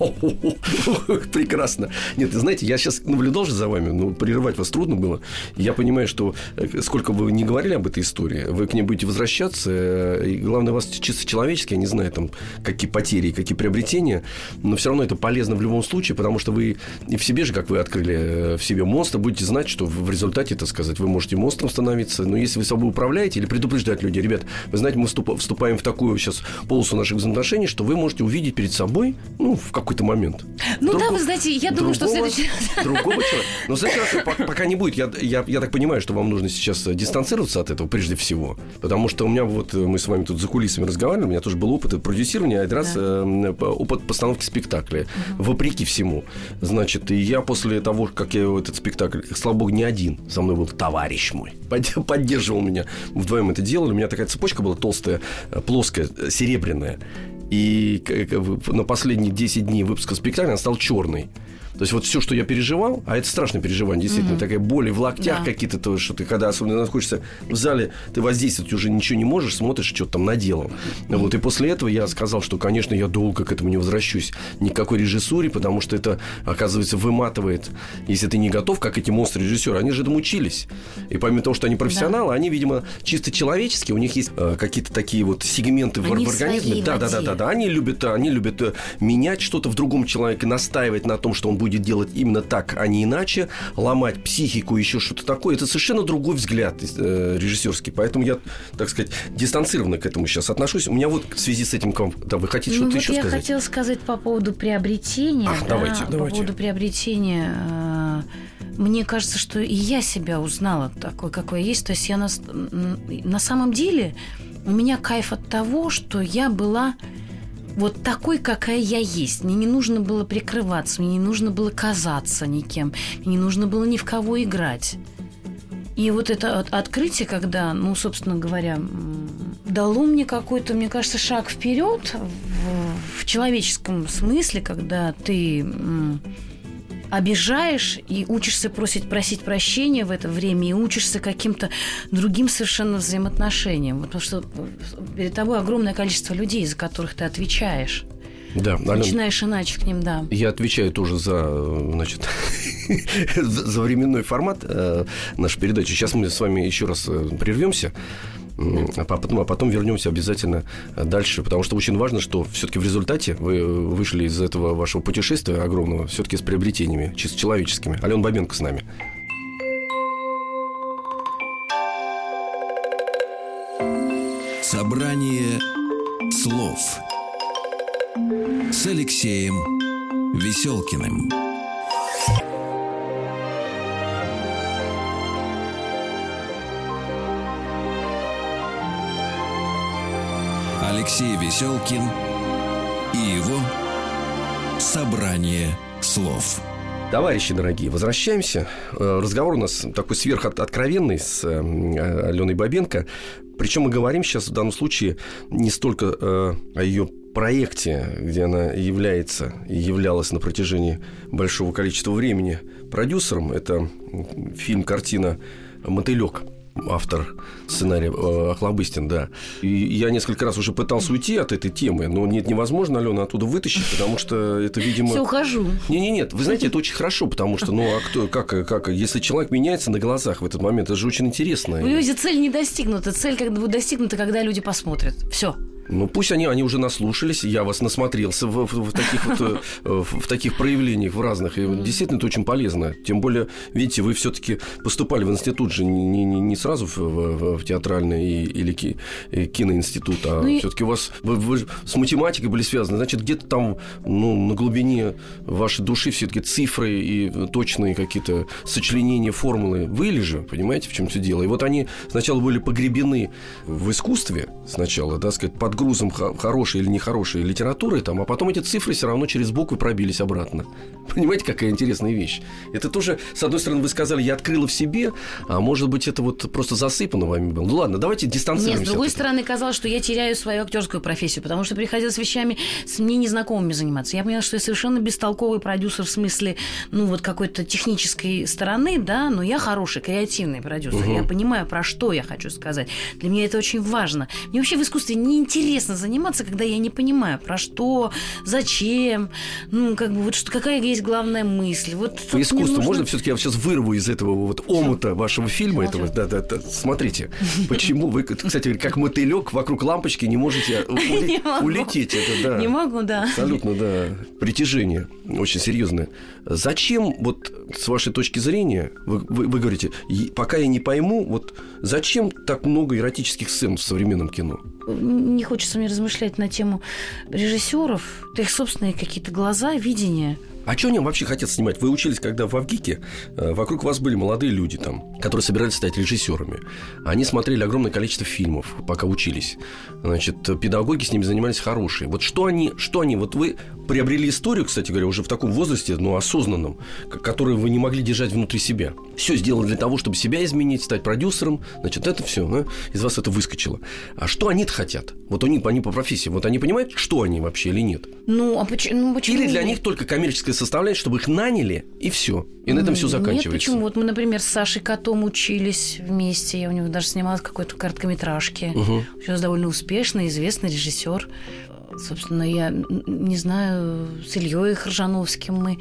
[SPEAKER 2] Прекрасно. Нет, знаете, я сейчас наблюдал же за вами, прерывать вас трудно было. Я понимаю, что сколько бы вы ни говорили об этой истории, вы к ней будете возвращаться, и главное, у вас чисто человечески, я не знаю, там, какие потери, какие приобретения, но все равно это полезно в любом случае, потому что вы и в себе же, как вы открыли в себе монстра, будете знать, что в результате, так сказать, вы можете монстром становиться, но если вы собой управляете или предупреждаете людей, ребят, вы знаете, мы вступаем в такую сейчас полосу наших взаимоотношений, что вы можете увидеть перед собой, в какой-то момент.
[SPEAKER 3] Да, вы знаете, я думаю, что следующий...
[SPEAKER 2] Другого человека. Но в следующий раз пока не будет. Я так понимаю, что вам нужно сейчас дистанцироваться от этого прежде всего. Потому что у меня мы с вами тут за кулисами разговаривали, у меня тоже был опыт продюсирования, один раз опыт постановки спектакля. Вопреки всему. Значит, и я после того, как я этот спектакль, слава богу, не один, со мной был товарищ мой, поддерживал меня. Вдвоем это делали. У меня такая цепочка была толстая, плоская, серебряная. И на последние 10 дней выпуска спектакля она стала черной. То есть вот все, что я переживал, а это страшное переживание, действительно, такая боль в локтях какие-то, то, что ты, когда особенно находишься в зале, ты воздействовать уже ничего не можешь, смотришь, что-то там наделал. Вот, и после этого я сказал, что, конечно, я долго к этому не возвращусь, никакой режиссуре, потому что это, оказывается, выматывает. Если ты не готов, как эти монстры-режиссеры, они же этому учились. И помимо того, что они профессионалы, они, видимо, чисто человеческие, у них есть какие-то такие вот сегменты в организме. Да. Они любят менять что-то в другом человеке, настаивать на том, что он будет делать именно так, а не иначе, ломать психику, еще что-то такое. Это совершенно другой взгляд режиссерский. Поэтому я, так сказать, дистанцированно к этому сейчас отношусь. У меня вот в связи с этим к вам... Да, вы хотите что-то еще сказать?
[SPEAKER 3] Я хотела сказать по поводу приобретения.
[SPEAKER 2] Давайте.
[SPEAKER 3] По поводу приобретения... Мне кажется, что и я себя узнала такой, какой я есть. То есть я на самом деле у меня кайф от того, что я была... вот такой, какая я есть. Мне не нужно было прикрываться, мне не нужно было казаться никем, мне не нужно было ни в кого играть. И вот это открытие, когда, собственно говоря, дало мне какой-то, мне кажется, шаг вперед в человеческом смысле, когда ты обижаешь и учишься просить прощения в это время, и учишься каким-то другим совершенно взаимоотношениям. Потому что перед тобой огромное количество людей, за которых ты отвечаешь.
[SPEAKER 2] Да,
[SPEAKER 3] начинаешь иначе к ним, да.
[SPEAKER 2] Я отвечаю тоже за, значит, за временной формат нашей передачи. Сейчас мы с вами еще раз прервемся. А потом вернемся обязательно дальше, потому что очень важно, что все-таки в результате вы вышли из этого вашего путешествия огромного все-таки с приобретениями, чисто человеческими. Алена Бабенко с нами.
[SPEAKER 1] Собрание слов с Алексеем Веселкиным. Алексей Веселкин и его собрание слов.
[SPEAKER 2] Товарищи дорогие, возвращаемся. Разговор у нас такой сверхоткровенный с Аленой Бабенко. Причем мы говорим сейчас в данном случае не столько о ее проекте, где она является и являлась на протяжении большого количества времени продюсером. Это фильм-картина «Мотылек». Автор сценария Охлобыстин, да. И я несколько раз уже пытался уйти от этой темы, но невозможно Алену оттуда вытащить, потому что это, видимо...
[SPEAKER 3] Все, ухожу.
[SPEAKER 2] Нет, вы знаете, это очень хорошо, потому что, как, если человек меняется на глазах в этот момент, это же очень интересно.
[SPEAKER 3] Люди, цель не достигнута. Цель будет достигнута, когда люди посмотрят. Все.
[SPEAKER 2] Пусть они уже наслушались, я вас насмотрелся в таких проявлениях, в разных. И действительно, это очень полезно. Тем более, видите, вы все-таки поступали в институт же не сразу в театральный или киноинститут, а все-таки у вас вы с математикой были связаны. Значит, где-то там на глубине вашей души все-таки цифры и точные какие-то сочленения, формулы были же, понимаете, в чем все дело. И вот они сначала были погребены в искусстве, сначала, да, сказать, под грузом хорошей или нехорошей литературы, а потом эти цифры все равно через буквы пробились обратно. Понимаете, какая интересная вещь? Это тоже, с одной стороны, вы сказали, я открыла в себе, а может быть, это вот просто засыпано вами было. Ладно, давайте дистанцируемся.
[SPEAKER 3] Нет, с другой стороны, казалось, что я теряю свою актерскую профессию, потому что приходилось вещами с мне незнакомыми заниматься. Я поняла, что я совершенно бестолковый продюсер в смысле, какой-то технической стороны, да, но я хороший, креативный продюсер. Я понимаю, про что я хочу сказать. Для меня это очень важно. Мне вообще в искусстве не интересно неинтересно заниматься, когда я не понимаю, про что, зачем, какая есть главная мысль. Вот
[SPEAKER 2] по искусству можно все-таки, я сейчас вырву из этого вот омута вашего фильма, этого, да, смотрите, почему вы, кстати, как мотылек вокруг лампочки не можете улететь. Это, да,
[SPEAKER 3] не могу, да.
[SPEAKER 2] Абсолютно, да. Притяжение очень серьезное. Зачем, вот с вашей точки зрения, вы говорите, пока я не пойму, вот зачем так много эротических сцен в современном кино?
[SPEAKER 3] Не хочется мне размышлять на тему режиссеров, их собственные какие-то глаза, видения.
[SPEAKER 2] А что они вообще хотят снимать? Вы учились, когда в Авгике, вокруг вас были молодые люди там, которые собирались стать режиссерами. Они смотрели огромное количество фильмов, пока учились. Значит, педагоги с ними занимались хорошие. Вот что они, вот вы приобрели историю, кстати говоря, уже в таком возрасте, но осознанном, которую вы не могли держать внутри себя. Все сделали для того, чтобы себя изменить, стать продюсером. Значит, это все, да, из вас это выскочило. А что они-то хотят? Вот они по профессии, вот они понимают, что они вообще или нет?
[SPEAKER 3] Почему?
[SPEAKER 2] Или для них только коммерческая составляющая, чтобы их наняли, и все. И на этом все заканчивается.
[SPEAKER 3] Нет, почему? Вот мы, например, с Сашей Котом учились вместе. Я у него даже снималась в какой-то короткометражке. Сейчас довольно успешный, известный режиссер. Собственно, я не знаю, с Ильей Хоржановским мы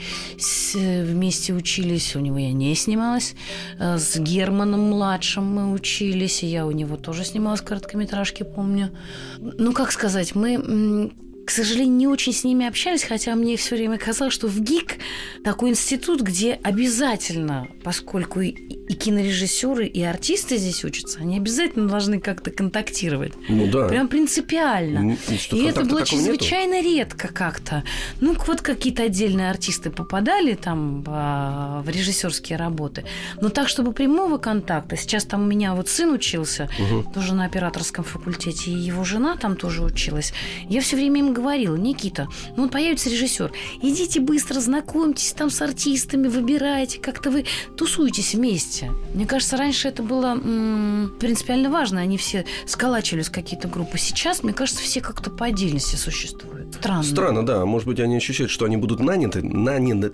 [SPEAKER 3] вместе учились. У него я не снималась. С Германом-младшим мы учились. И я у него тоже снималась в короткометражке, помню. Как сказать, мы... К сожалению, не очень с ними общались, хотя мне все время казалось, что в ГИК такой институт, где обязательно, поскольку и кинорежиссеры, и артисты здесь учатся, они обязательно должны как-то контактировать.
[SPEAKER 2] Да.
[SPEAKER 3] Прям принципиально. И это было чрезвычайно редко как-то. Вот какие-то отдельные артисты попадали там в режиссерские работы. Но так, чтобы прямого контакта. Сейчас там у меня вот сын учился, тоже на операторском факультете, и его жена там тоже училась. Я все время им говорила: Никита, появится режиссер, идите быстро, знакомьтесь там с артистами, выбирайте, как-то вы тусуетесь вместе. Мне кажется, раньше это было принципиально важно, они все сколачивались в какие-то группы. Сейчас, мне кажется, все как-то по отдельности существуют.
[SPEAKER 2] Странно, да. Может быть, они ощущают, что они будут нанятыми.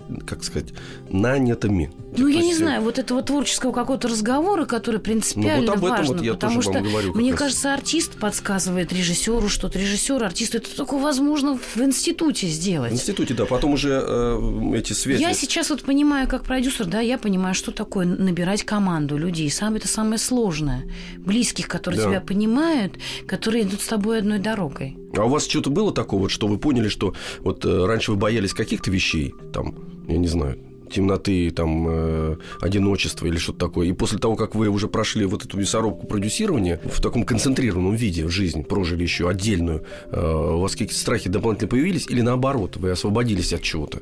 [SPEAKER 3] Я не знаю, вот этого творческого какого-то разговора, который принципиально важен, потому что, мне кажется, артист подсказывает режиссеру что-то, режиссер, артисту. Это только возможно в институте сделать.
[SPEAKER 2] В институте, да. Потом уже эти связи.
[SPEAKER 3] Я сейчас вот понимаю, как продюсер, да, я понимаю, что такое набирать команду людей. Это самое сложное. Близких, которые тебя понимают, которые идут с тобой одной дорогой.
[SPEAKER 2] А у вас что-то было такого, что вы поняли, что вот раньше вы боялись каких-то вещей, там, я не знаю, темноты, там, одиночества или что-то такое. И после того, как вы уже прошли вот эту мясорубку продюсирования в таком концентрированном виде, жизнь прожили еще отдельную, у вас какие-то страхи дополнительно появились или наоборот, вы освободились от чего-то?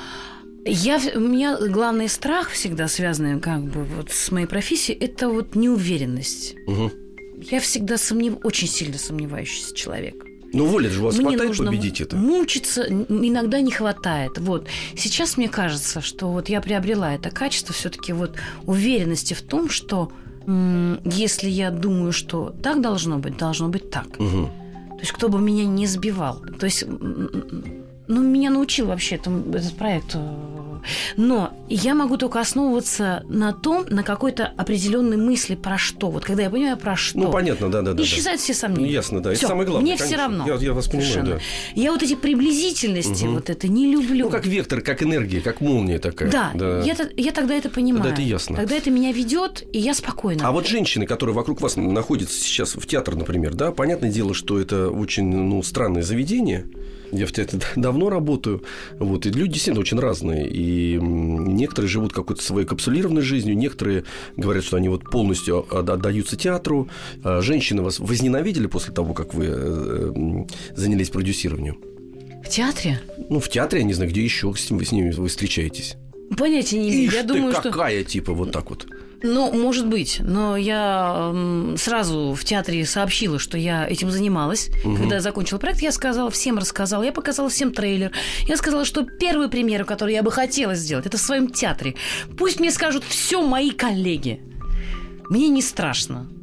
[SPEAKER 3] У меня главный страх, всегда связанный с моей профессией, это вот неуверенность. Я всегда очень сильно сомневающийся человек.
[SPEAKER 2] Но воля же у вас хватает победить это?
[SPEAKER 3] Мучиться иногда не хватает. Сейчас мне кажется, что я приобрела это качество все-таки уверенности в том, что если я думаю, что так должно быть так. То есть кто бы меня не сбивал. То есть меня научил вообще этот проект. Но я могу только основываться на какой-то определенной мысли про что. Вот когда я понимаю про что.
[SPEAKER 2] Понятно, да.
[SPEAKER 3] Исчезают все сомнения.
[SPEAKER 2] Ясно, да.
[SPEAKER 3] Всё,
[SPEAKER 2] это самое главное.
[SPEAKER 3] Мне все равно.
[SPEAKER 2] Я вас понимаю, да.
[SPEAKER 3] Я эти приблизительности это не люблю.
[SPEAKER 2] Как вектор, как энергия, как молния такая.
[SPEAKER 3] Да. Я тогда это понимаю.
[SPEAKER 2] Тогда это ясно.
[SPEAKER 3] Тогда это меня ведет, и я спокойна.
[SPEAKER 2] А вот женщины, которые вокруг вас находятся сейчас в театре, например, да, понятное дело, что это очень странное заведение. Я в театре давно работаю. И люди действительно очень разные. И некоторые живут какой-то своей капсулированной жизнью, некоторые говорят, что они полностью отдаются театру. Женщины вас возненавидели после того, как вы занялись продюсированием?
[SPEAKER 3] В театре?
[SPEAKER 2] В театре, я не знаю, где еще вы с ними встречаетесь.
[SPEAKER 3] Понятия не имею. Я думаю,
[SPEAKER 2] какая, вот так вот.
[SPEAKER 3] Может быть, но я сразу в театре сообщила, что я этим занималась. Когда я закончила проект, я всем рассказала, я показала всем трейлер. Я сказала, что первую премьеру, которую я бы хотела сделать, это в своем театре. Пусть мне скажут все мои коллеги. Мне не страшно.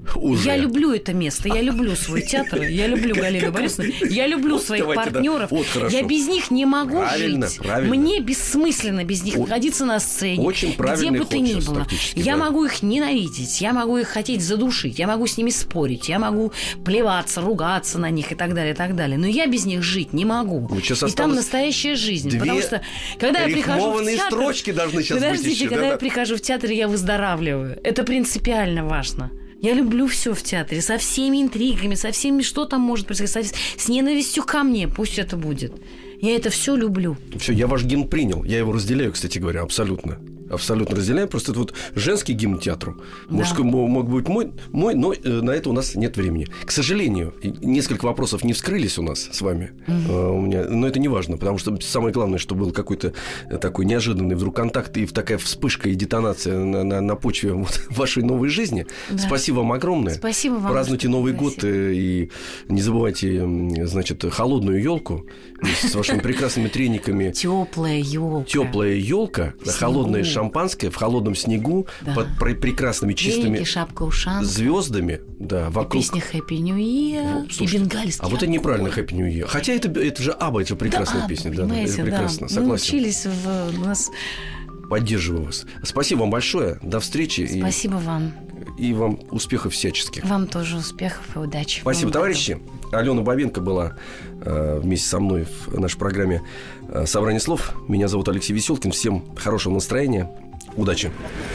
[SPEAKER 2] Уже.
[SPEAKER 3] Я люблю это место, я люблю свой театр, я люблю Галину Борисовну, я люблю своих партнеров. Я без них не могу жить.
[SPEAKER 2] Правильно.
[SPEAKER 3] Мне бессмысленно без них находиться на сцене.
[SPEAKER 2] Очень правильный
[SPEAKER 3] где бы то ни было. Я
[SPEAKER 2] да.
[SPEAKER 3] могу их ненавидеть, я могу их хотеть задушить, я могу с ними спорить, я могу плеваться, ругаться на них и так далее, и так далее. Но я без них жить не могу. И там настоящая жизнь. Потому что, когда я прихожу в театр...
[SPEAKER 2] строчки должны сейчас быть еще.
[SPEAKER 3] Когда я прихожу в театр, я выздоравливаю. Это принципиально важно. Я люблю все в театре, со всеми интригами, со всеми, что там может происходить, с ненавистью ко мне, пусть это будет. Я это все люблю.
[SPEAKER 2] Все, я ваш гимн принял. Я его разделяю, кстати говоря, абсолютно. Абсолютно разделяю. Просто это вот женский гимн театру. Мужской мог быть мой, но на это у нас нет времени. К сожалению, несколько вопросов не вскрылись у нас с вами. У меня, но это не важно, потому что самое главное, что был какой-то такой неожиданный вдруг контакт и такая вспышка и детонация на почве вот вашей новой жизни. Да. Спасибо вам огромное.
[SPEAKER 3] Спасибо вам.
[SPEAKER 2] Празднуйте Новый год и не забывайте, значит, холодную елку с вашими прекрасными трениками.
[SPEAKER 3] Теплая елка.
[SPEAKER 2] Теплая елка, холодная шампанское в холодном снегу, да. под прекрасными чистыми
[SPEAKER 3] треники, шапка-ушанка,
[SPEAKER 2] звездами, да, вокруг.
[SPEAKER 3] И песня Happy New Year, и бенгальский.
[SPEAKER 2] А вот это неправильно Happy New Year. Хотя это же Абба, это же прекрасная песня, да, это прекрасно,
[SPEAKER 3] да.
[SPEAKER 2] согласен.
[SPEAKER 3] Мы учились у нас.
[SPEAKER 2] Поддерживаю вас. Спасибо вам большое. До встречи.
[SPEAKER 3] Спасибо вам.
[SPEAKER 2] И вам успехов всяческих.
[SPEAKER 3] Вам тоже успехов и удачи.
[SPEAKER 2] Спасибо, товарищи. Алена Бабенко была вместе со мной в нашей программе «Собрание слов». Меня зовут Алексей Веселкин. Всем хорошего настроения. Удачи.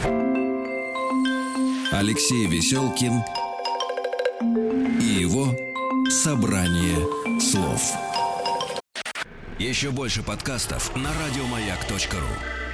[SPEAKER 1] Алексей Веселкин и его «Собрание слов». Еще больше подкастов на радиомаяк.ру.